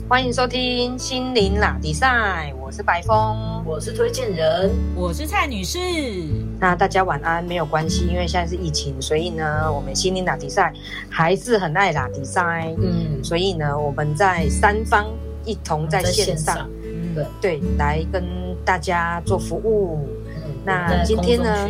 欢迎收听心灵拉迪赛，我是白风， 我是推荐人， 我是蔡女士。 那大家晚安，没有关系，因为现在是疫情，所以呢，我们心灵拉迪赛还是很爱拉迪赛。所以呢，我们在三方一同在线上，对，来跟大家做服务。那今天呢？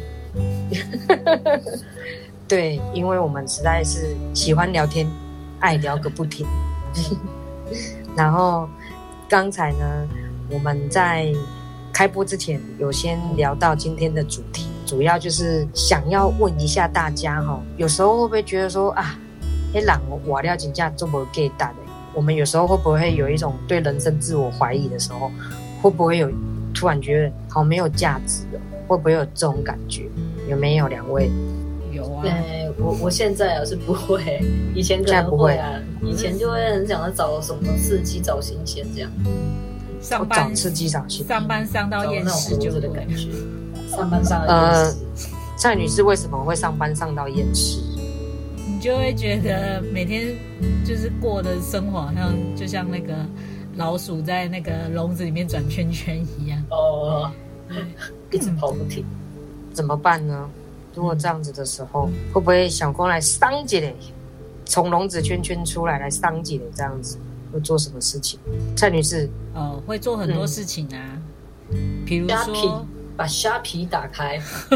对，因为我们实在是喜欢聊天，爱聊个不停。然后刚才呢，我们在开播之前有先聊到今天的主题，主要就是想要问一下大家有时候会不会觉得说啊，那人活了真的这么简单的？我们有时候会不会有一种对人生自我怀疑的时候，会不会有突然觉得好没有价值的？会不会有这种感觉？有没有两位？ 有啊， 我现在是不会，以前可能会啊，以前就会很想要找什么刺激、找新鲜这样。 上班找刺激、找新鲜， 上班上到厌世就的感觉。上班上到厌世。 蔡女士为什么会上班上到厌世？ 你就会觉得每天就是过的生活好像就像那个老鼠在那个笼子里面转圈圈一样。 一直跑不停。 怎么办呢？如果这样子的时候，会不会想过来上一嘞？从笼子圈圈出来上一嘞？这样子会做什么事情？蔡女士， 会做很多事情啊，比如说把虾皮打开，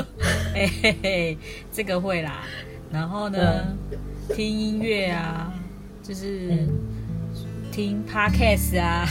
这个会啦。然后呢，听音乐啊，就是听 podcast 啊。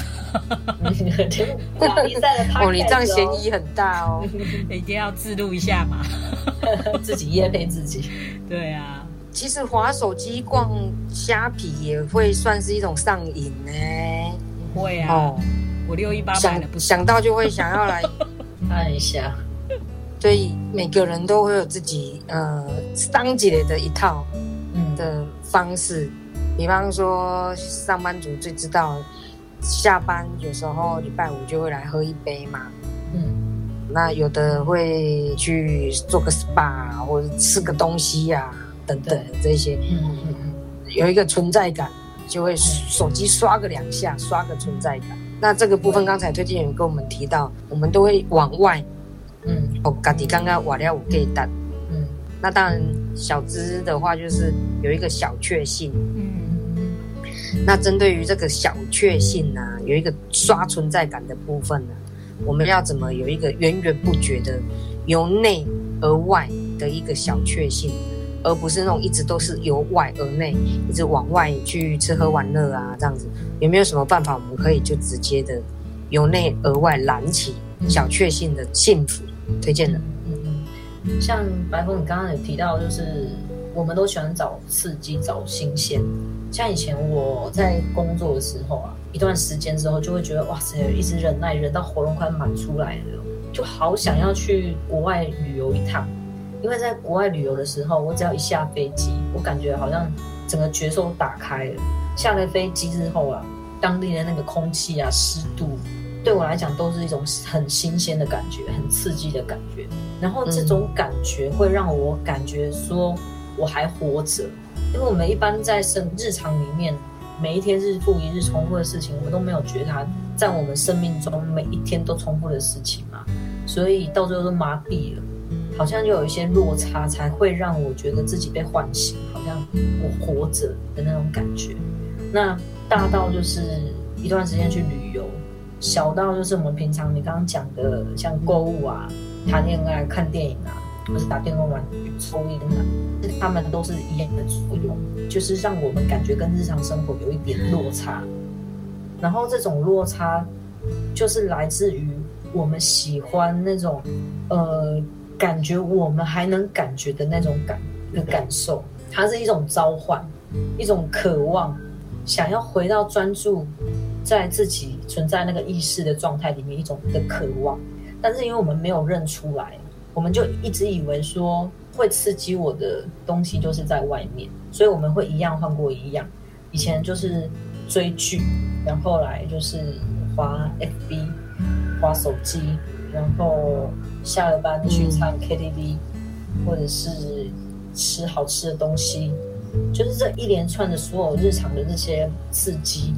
比赛的 podcast 你这样嫌疑很大哦。 一定要自录一下嘛。 自己业配自己。 对啊， 其实滑手机逛虾皮也会算是一种上瘾呢。 会啊，我618买了不想到就会想要来看一下。 所以每个人都会有自己上起来的一套的方式。比方说上班族最知道，下班有时候礼拜五就会来喝一杯嘛。那有的会去做个 SPA 或者吃个东西啊等等的这些。有一个存在感，就会手机刷个2下，刷个存在感。那这个部分刚才推荐人跟我们提到，我们都会往外自己刚刚话了有给单。那当然小资的话就是有一个小确幸。那针对于这个小确幸啊，有一个刷存在感的部分呢，我们要怎么有一个源源不绝的由内而外的一个小确幸，而不是那种一直都是由外而内，一直往外去吃喝玩乐啊这样子？有没有什么办法我们可以就直接的由内而外燃起小确幸的幸福？推荐的。 像白峰你刚刚有提到，就是我们都喜欢找刺激、找新鲜。像以前我在工作的时候啊，一段时间之后就会觉得哇塞，一直忍耐忍到喉咙快满出来了，就好想要去国外旅游一趟。因为在国外旅游的时候，我只要一下飞机，我感觉好像整个觉受打开了。下了飞机之后啊，当地的那个空气啊、湿度，对我来讲都是一种很新鲜的感觉，很刺激的感觉。然后这种感觉会让我感觉说我还活着。因为我们一般在日常里面，每一天日复一日重复的事情，我们都没有觉得它在我们生命中每一天都重复的事情嘛，所以到最后都麻痹了，好像就有一些落差，才会让我觉得自己被唤醒，好像我活着的那种感觉。那大到就是一段时间去旅游，小到就是我们平常你刚刚讲的，像购物啊、谈恋爱、看电影啊，或是打电动玩具、抽烟啊，他们都是一样的作用，就是让我们感觉跟日常生活有一点落差。然后这种落差就是来自于我们喜欢那种感觉我们还能感觉的那种感受，它是一种召唤，一种渴望，想要回到专注在自己存在那个意识的状态里面一种的渴望。但是因为我们没有认出来，我们就一直以为说会刺激我的东西就是在外面，所以我们会一样换过一样。以前就是追剧，然后后来就是滑 FB 滑手机，然后下了班去唱 KTV，或者是吃好吃的东西，就是这一连串的所有日常的这些刺激，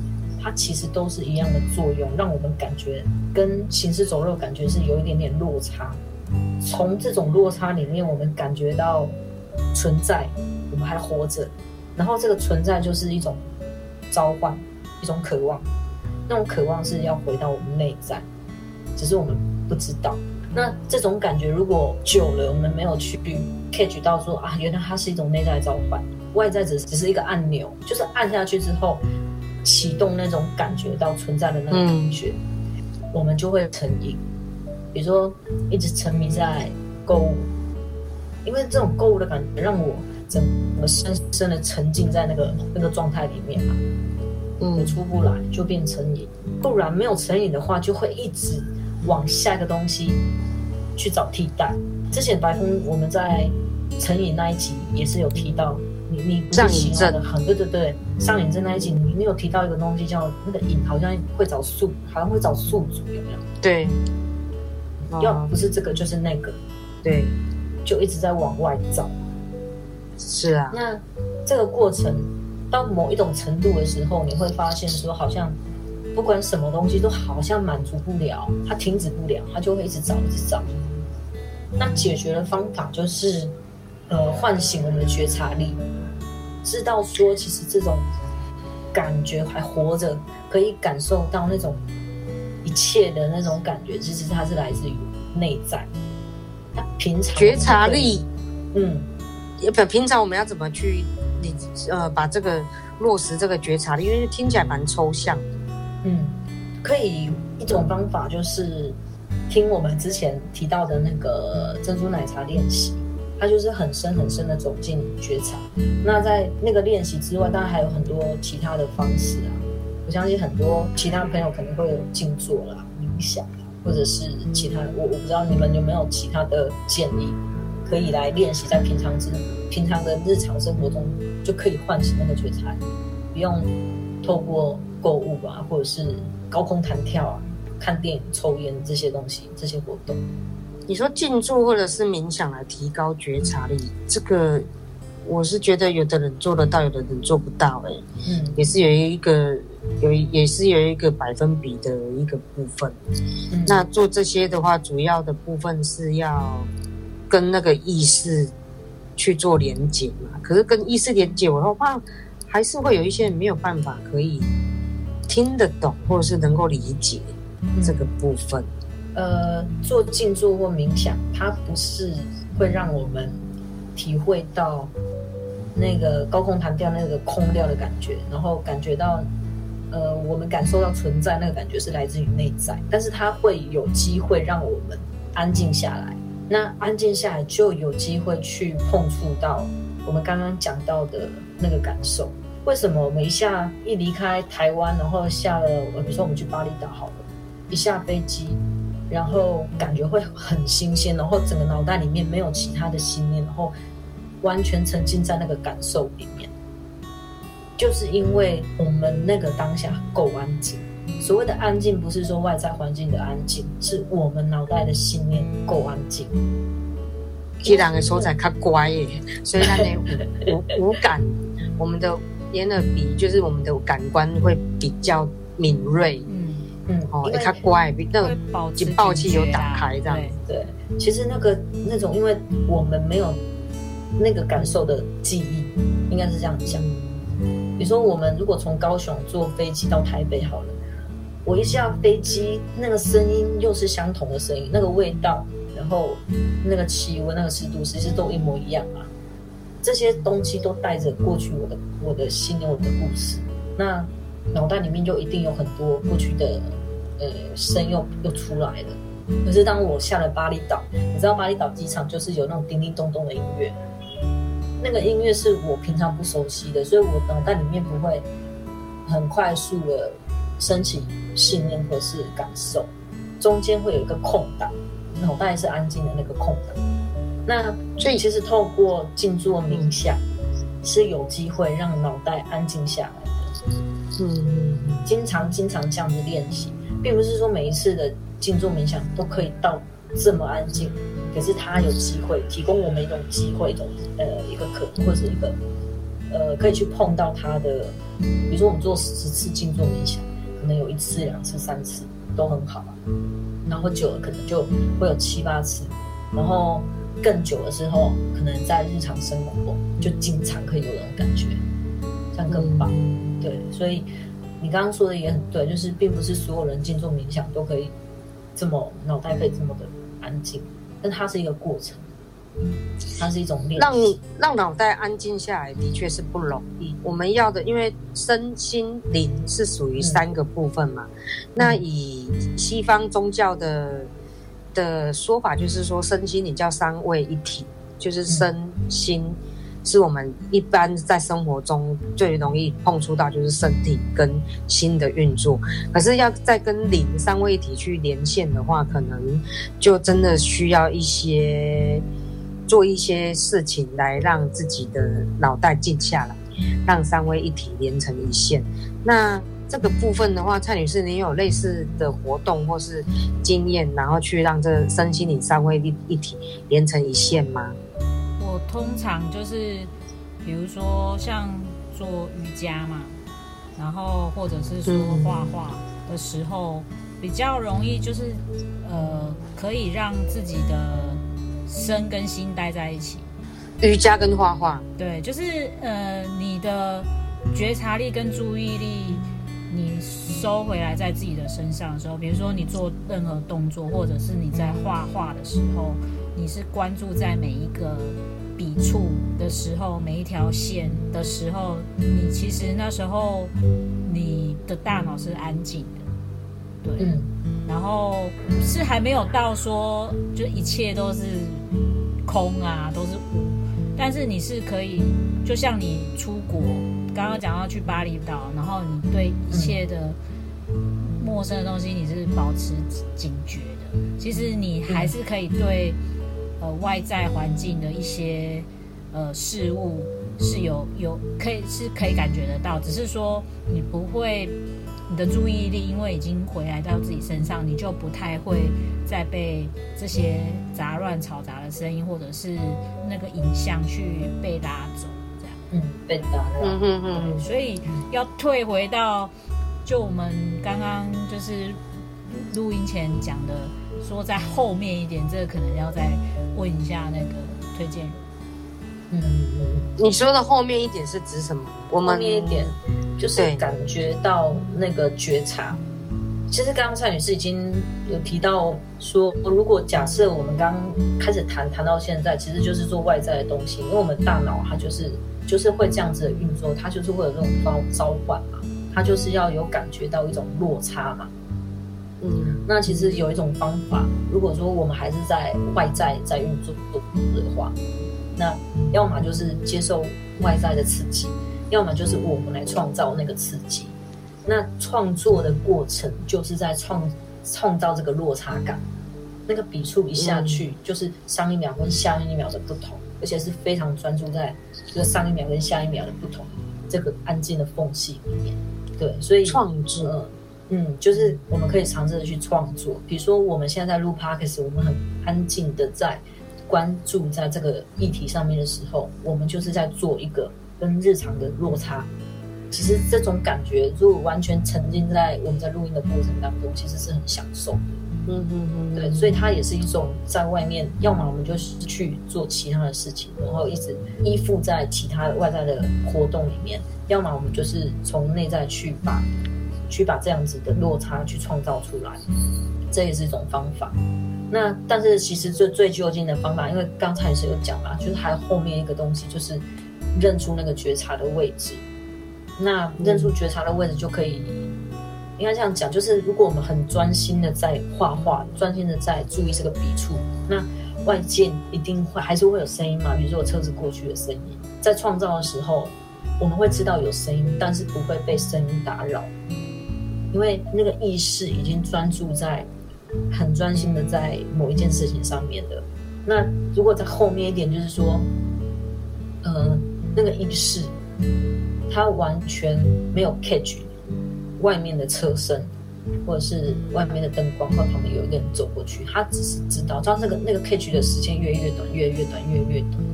它其实都是一样的作用，让我们感觉跟行尸走肉感觉是有一点点落差。从这种落差里面，我们感觉到存在，我们还活着，然后这个存在就是一种召唤，一种渴望，那种渴望是要回到我们内在，只是我们不知道。那这种感觉如果久了，我们没有去 catch 到说啊，原来它是一种内在召唤，外在只是一个按钮，就是按下去之后启动那种感觉到存在的那个感觉，我们就会成瘾。比如说一直沉迷在购物，因为这种购物的感觉让我整个深深的沉浸在那个状态里面嘛，我出不来，就变成瘾。不然没有成瘾的话，就会一直往下一个东西去找替代。之前白峰我们在成瘾那一集也是有提到，你上瘾症， 对，上瘾症那一集你有提到一个东西叫那个瘾，好像会找宿主，有没有？ 对。 要不是这个就是那个， 对， 就一直在往外找。 是啊， 那这个过程到某一种程度的时候，你会发现说，好像不管什么东西都好像满足不了，它停止不了，它就会一直找。那解决的方法就是唤醒我们的觉察力，知道说其实这种感觉还活着，可以感受到那种一切的那种感觉，其实它是来自于内在。它平常觉察力，平常我们要怎么去把这个落实这个觉察力？因为听起来蛮抽象的。 可以一种方法就是听我们之前提到的那个珍珠奶茶练习，它就是很深很深的走进觉察。那在那个练习之外，当然还有很多其他的方式啊。我相信很多其他朋友可能会有静坐啦、冥想啦，或者是其他我不知道你们有没有其他的建议，可以来练习在平常的日常生活中就可以唤醒那个觉察力，不用透过购物啊，或者是高空弹跳啊、看电影、抽烟这些东西、这些活动。 你说静坐或者是冥想来提高觉察力，这个我是觉得有的人做得到，有的人做不到。也是有一个百分比的一个部分。那做这些的话，主要的部分是要跟那个意识去做连结嘛。可是跟意识连结，我的话还是会有一些人没有办法可以听得懂，或者是能够理解这个部分。 做静坐或冥想，它不是会让我们体会到那个高空弹跳那个空掉的感觉，然后感觉到我们感受到存在那个感觉是来自于内在，但是它会有机会让我们安静下来。那安静下来就有机会去碰触到我们刚刚讲到的那个感受。为什么我们一离开台湾，然后下了比如说我们去巴厘岛好了，一下飞机，然后感觉会很新鲜，然后整个脑袋里面没有其他的信念，然后完全沉浸在那个感受里面，就是因为我们那个当下够安静。所谓的安静不是说外在环境的安静，是我们脑袋的信念够安静。 这两个所在较乖耶，所以它的五感，我们的眼耳鼻就是我们的感官会比较敏锐。会较乖，比那种警报器有打开这样。 对，其实那种，因为我们没有那个感受的记忆，应该是这样讲。比如说，我们如果从高雄坐飞机到台北好了，我一下飞机，那个声音又是相同的声音，那个味道，然后那个气温、那个湿度，其实都一模一样啊。这些东西都带着过去我的信念、我的故事，那脑袋里面就一定有很多过去的声又出来了。可是当我下了巴厘岛，你知道巴厘岛机场就是有那种叮叮咚咚的音乐，那个音乐是我平常不熟悉的，所以我脑袋里面不会很快速的升起信念或是感受，中间会有一个空档，脑袋是安静的那个空档。那所以其实透过静坐冥想是有机会让脑袋安静下来的。经常这样子练习，并不是说每一次的静坐冥想都可以到这么安静，可是它有机会提供我们一种机会，一个可能，或者是一个可以去碰到它的。比如说我们做10次静坐冥想， 可能有1次、2次、3次都很好，然后久了可能就会有7、8次，然后更久的时候，可能在日常生活就经常可以有那种感觉，这样更棒。对，所以你刚刚说的也很对，就是并不是所有人静坐冥想都可以这么脑袋可以这么的安静，但它是一个过程，它是一种练习。 让脑袋安静下来的确是不容易。我们要的，因为身心灵是属于3个部分嘛。那以西方宗教的说法，就是说身心灵叫3位一体，就是身心是我们一般在生活中最容易碰触到，就是身体跟心的运作。可是要再跟灵3位一体去连线的话，可能就真的需要做一些事情来让自己的脑袋静下来，让3位一体连成一线。那这个部分的话，蔡女士，你有类似的活动或是经验，然后去让这身心灵3位一体连成一线吗？ 我通常就是比如说像做瑜伽嘛，然后或者是说画画的时候，比较容易就是可以让自己的身跟心待在一起。 瑜伽跟画画， 对，就是你的觉察力跟注意力你收回来在自己的身上的时候，比如说你做任何动作，或者是你在画画的时候，你是关注在每一个笔触的时候，每一条线的时候，你其实那时候你的大脑是安静的，对，然后是还没有到说就一切都是空啊，都是无，但是你是可以，就像你出国，刚刚讲到去巴厘岛，然后你对一切的陌生的东西你是保持警觉的，其实你还是可以对外在环境的一些事物是可以感觉得到，只是说你不会，你的注意力因为已经回来到自己身上，你就不太会再被这些杂乱嘈杂的声音或者是那个影像去被拉走，这样。 被打扰。 所以要退回到，就我们刚刚就是录音前讲的，说在后面一点，这个可能要再问一下那个推荐人。 你说的后面一点是指什么？我们后面一点就是感觉到那个觉察。其实刚刚蔡女士已经有提到说，如果假设我们刚开始谈到现在，其实就是做外在的东西，因为我们大脑它就是会这样子的运作，它就是会有这种召唤嘛，它就是要有感觉到一种落差嘛。那其实有一种方法，如果说我们还是在外在在运作的话，那要么就是接受外在的刺激，要么就是我们来创造那个刺激。那创作的过程就是在创造这个落差感，那个笔触一下去，就是上一秒跟下一秒的不同，而且是非常专注在这个上一秒跟下一秒的不同这个安静的缝隙里面。对，所以创作， 就是我们可以尝试的去创作。比如说我们现在在录 Podcast， 我们很安静的在关注在这个议题上面的时候，我们就是在做一个跟日常的落差。其实这种感觉，如果完全沉浸在我们在录音的过程当中，其实是很享受的。对，所以它也是一种在外面，要么我们就是去做其他的事情，然后一直依附在其他外在的活动里面，要么我们就是从内在去把这样子的落差去创造出来，这也是一种方法。那但是其实最究竟的方法，因为刚才是有讲嘛，就是还有后面一个东西，就是认出那个觉察的位置。那认出觉察的位置就可以，应该这样讲，就是如果我们很专心的在画画，专心的在注意这个笔触，那外界一定还是会有声音嘛，比如说有车子过去的声音，在创造的时候我们会知道有声音，但是不会被声音打扰，因为那个意识已经专注在很专心的在某一件事情上面的。那如果在后面一点，就是说那个意识它完全没有 catch 外面的车声，或者是外面的灯光，或旁边有一个人走过去，他只是知道那个 catch 的时间越短，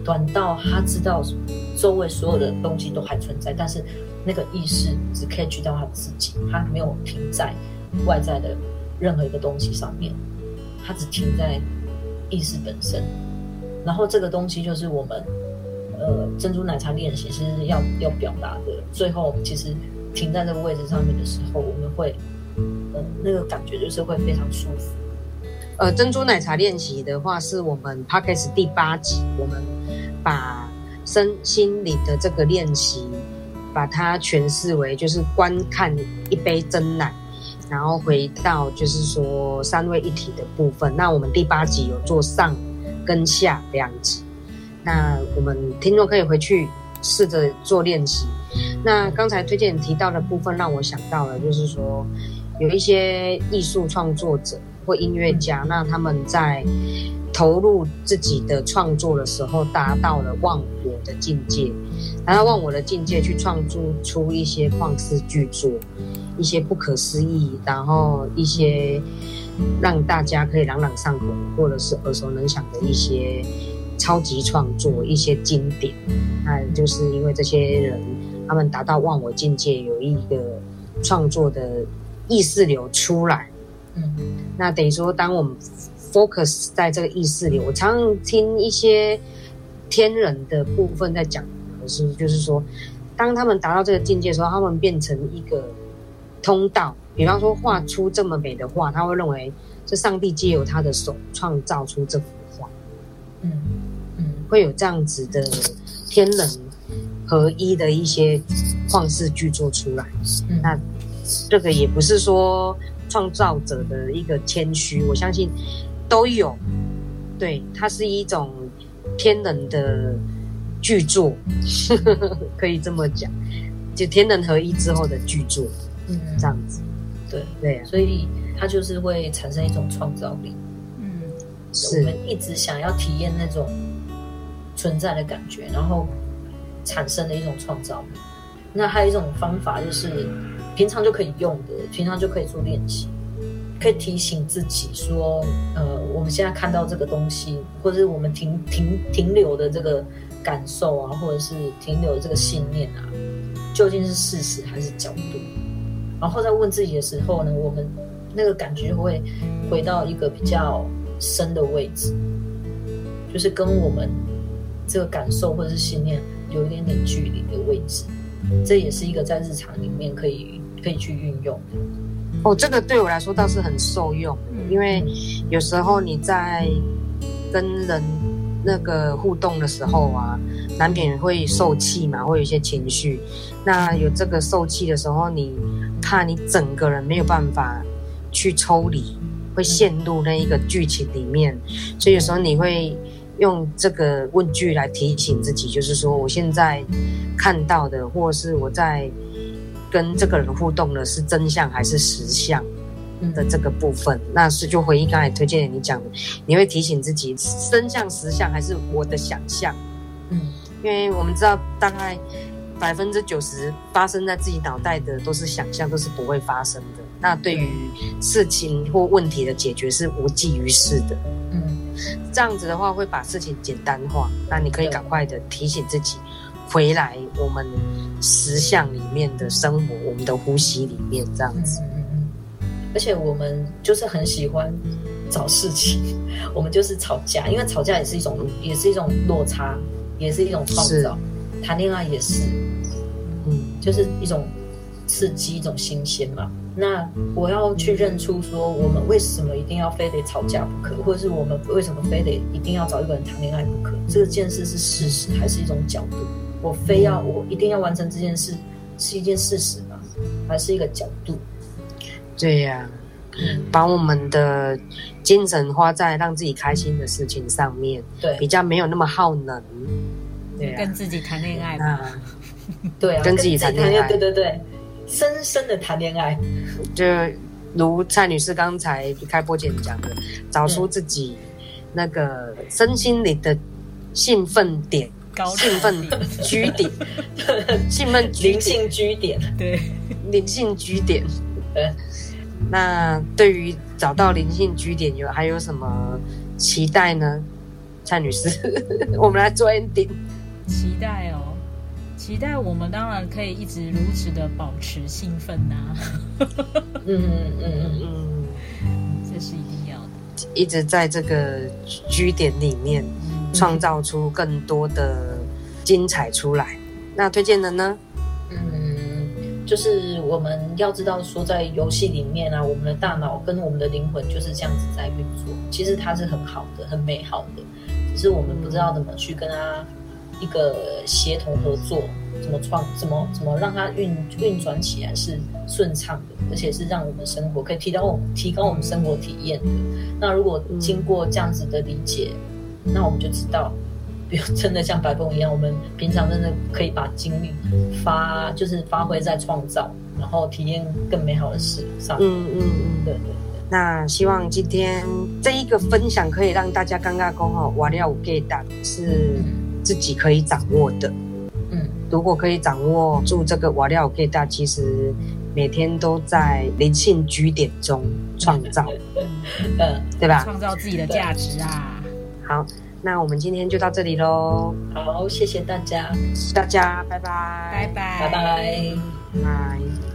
短到他知道周围所有的东西都还存在，但是那个意识只 catch 到他自己，他没有停在外在的任何一个东西上面，他只停在意识本身。然后这个东西就是我们珍珠奶茶练习是要表达的。最后其实停在这个位置上面的时候，我们会那个感觉就是会非常舒服。 珍珠奶茶练习的话，是我们 Podcast 第8集，我们把身心灵的这个练习，把它诠释为就是观看一杯真奶，然后回到就是说三位一体的部分。那我们第8集有做上跟下2集，那我们听众可以回去试着做练习。那刚才推荐提到的部分，让我想到了，就是说有一些艺术创作者或音乐家，那他们在投入自己的创作的时候，达到了忘我的境界，达到忘我的境界去创作出一些旷世巨作，一些不可思议，然后一些让大家可以朗朗上口，或者是耳熟能详的一些超级创作，一些经典。那就是因为这些人，他们达到忘我境界，有一个创作的意识流出来。那等于说，当我们 focus 在这个意识流，我常常听一些天人的部分在讲的是，就是说，当他们达到这个境界的时候，他们变成一个通道。比方说，画出这么美的画，他会认为是上帝借由他的手创造出这幅画。会有这样子的天人合一的一些旷世巨作出来。那这个也不是说创造者的一个谦虚，我相信都有。对，它是一种天人的巨作，可以这么讲，就天人合一之后的巨作。这样子。对啊， 所以它就是会产生一种创造力。 是我们一直想要体验那种存在的感觉，然后产生的一种创造力。那还有一种方法就是平常就可以用的，平常就可以做练习，可以提醒自己说，我们现在看到这个东西，或者是我们停留的这个感受啊，或者是停留的这个信念啊，究竟是事实还是角度？然后在问自己的时候呢，我们那个感觉会回到一个比较深的位置，就是跟我们这个感受或者是信念有一点点距离的位置。这也是一个在日常里面可以去运用的。 这个对我来说倒是很受用，因为有时候你在跟人那个互动的时候啊，难免会受气嘛，会有一些情绪。那有这个受气的时候，你怕你整个人没有办法去抽离，会陷入那一个剧情里面，所以有时候你会用这个问句来提醒自己，就是说我现在看到的，或是我在跟这个人互动的是真相还是实相的这个部分。那是就回应刚才推荐你讲的，你会提醒自己真相实相还是我的想象。因为我们知道大概90%发生在自己脑袋的都是想象，都是不会发生的。那对于事情或问题的解决是无济于事的。这样子的话会把事情简单化，那你可以赶快的提醒自己回来我们实相里面的生活，我们的呼吸里面这样子。 而且我们就是很喜欢找事情，我们就是吵架，因为吵架也是一种落差，也是一种创造。谈恋爱也是，就是一种刺激，一种新鲜嘛。那我要去认出说，我们为什么一定要非得吵架不可，或者是我们为什么非得一定要找一个人谈恋爱不可？这件事是事实还是一种角度？我一定要完成这件事，是一件事实吗？还是一个角度？ 对呀，把我们的精神花在让自己开心的事情上面， 对， 比较没有那么耗能。对啊， 跟自己谈恋爱吧。 对啊， 跟自己谈恋爱， 对，深深的谈恋爱。 就如蔡女士刚才开播前讲的，找出自己那个身心灵的兴奋点。兴奋居点， 灵性居点， 对， 灵性居点。那对于找到灵性居点还有什么期待呢？ 蔡女士，我们来做 ending。 期待哦，期待我们当然可以一直如此的保持兴奋呐、这是一定要的， 一直在这个居点里面创造出更多的精彩出来。那推荐的呢？ 就是我们要知道说，在游戏里面啊，我们的大脑跟我们的灵魂就是这样子在运作，其实它是很好的，很美好的，只是我们不知道怎么去跟它一个协同合作，怎么让它运转起来是顺畅的，而且是让我们生活可以提高我们生活体验的。那如果经过这样子的理解，那我们就知道，不用真的像白凤一样，我们平常真的可以把精力发挥在创造，然后体验更美好的事上。对。 那希望今天这一个分享可以让大家刚刚说瓦料给打是自己可以掌握的。如果可以掌握住这个瓦料给打，其实每天都在灵性居点中创造，对吧？ 创造自己的价值啊。 好，那我们今天就到这里咯。 好，谢谢大家， 大家拜拜， 拜拜， 拜拜。 拜。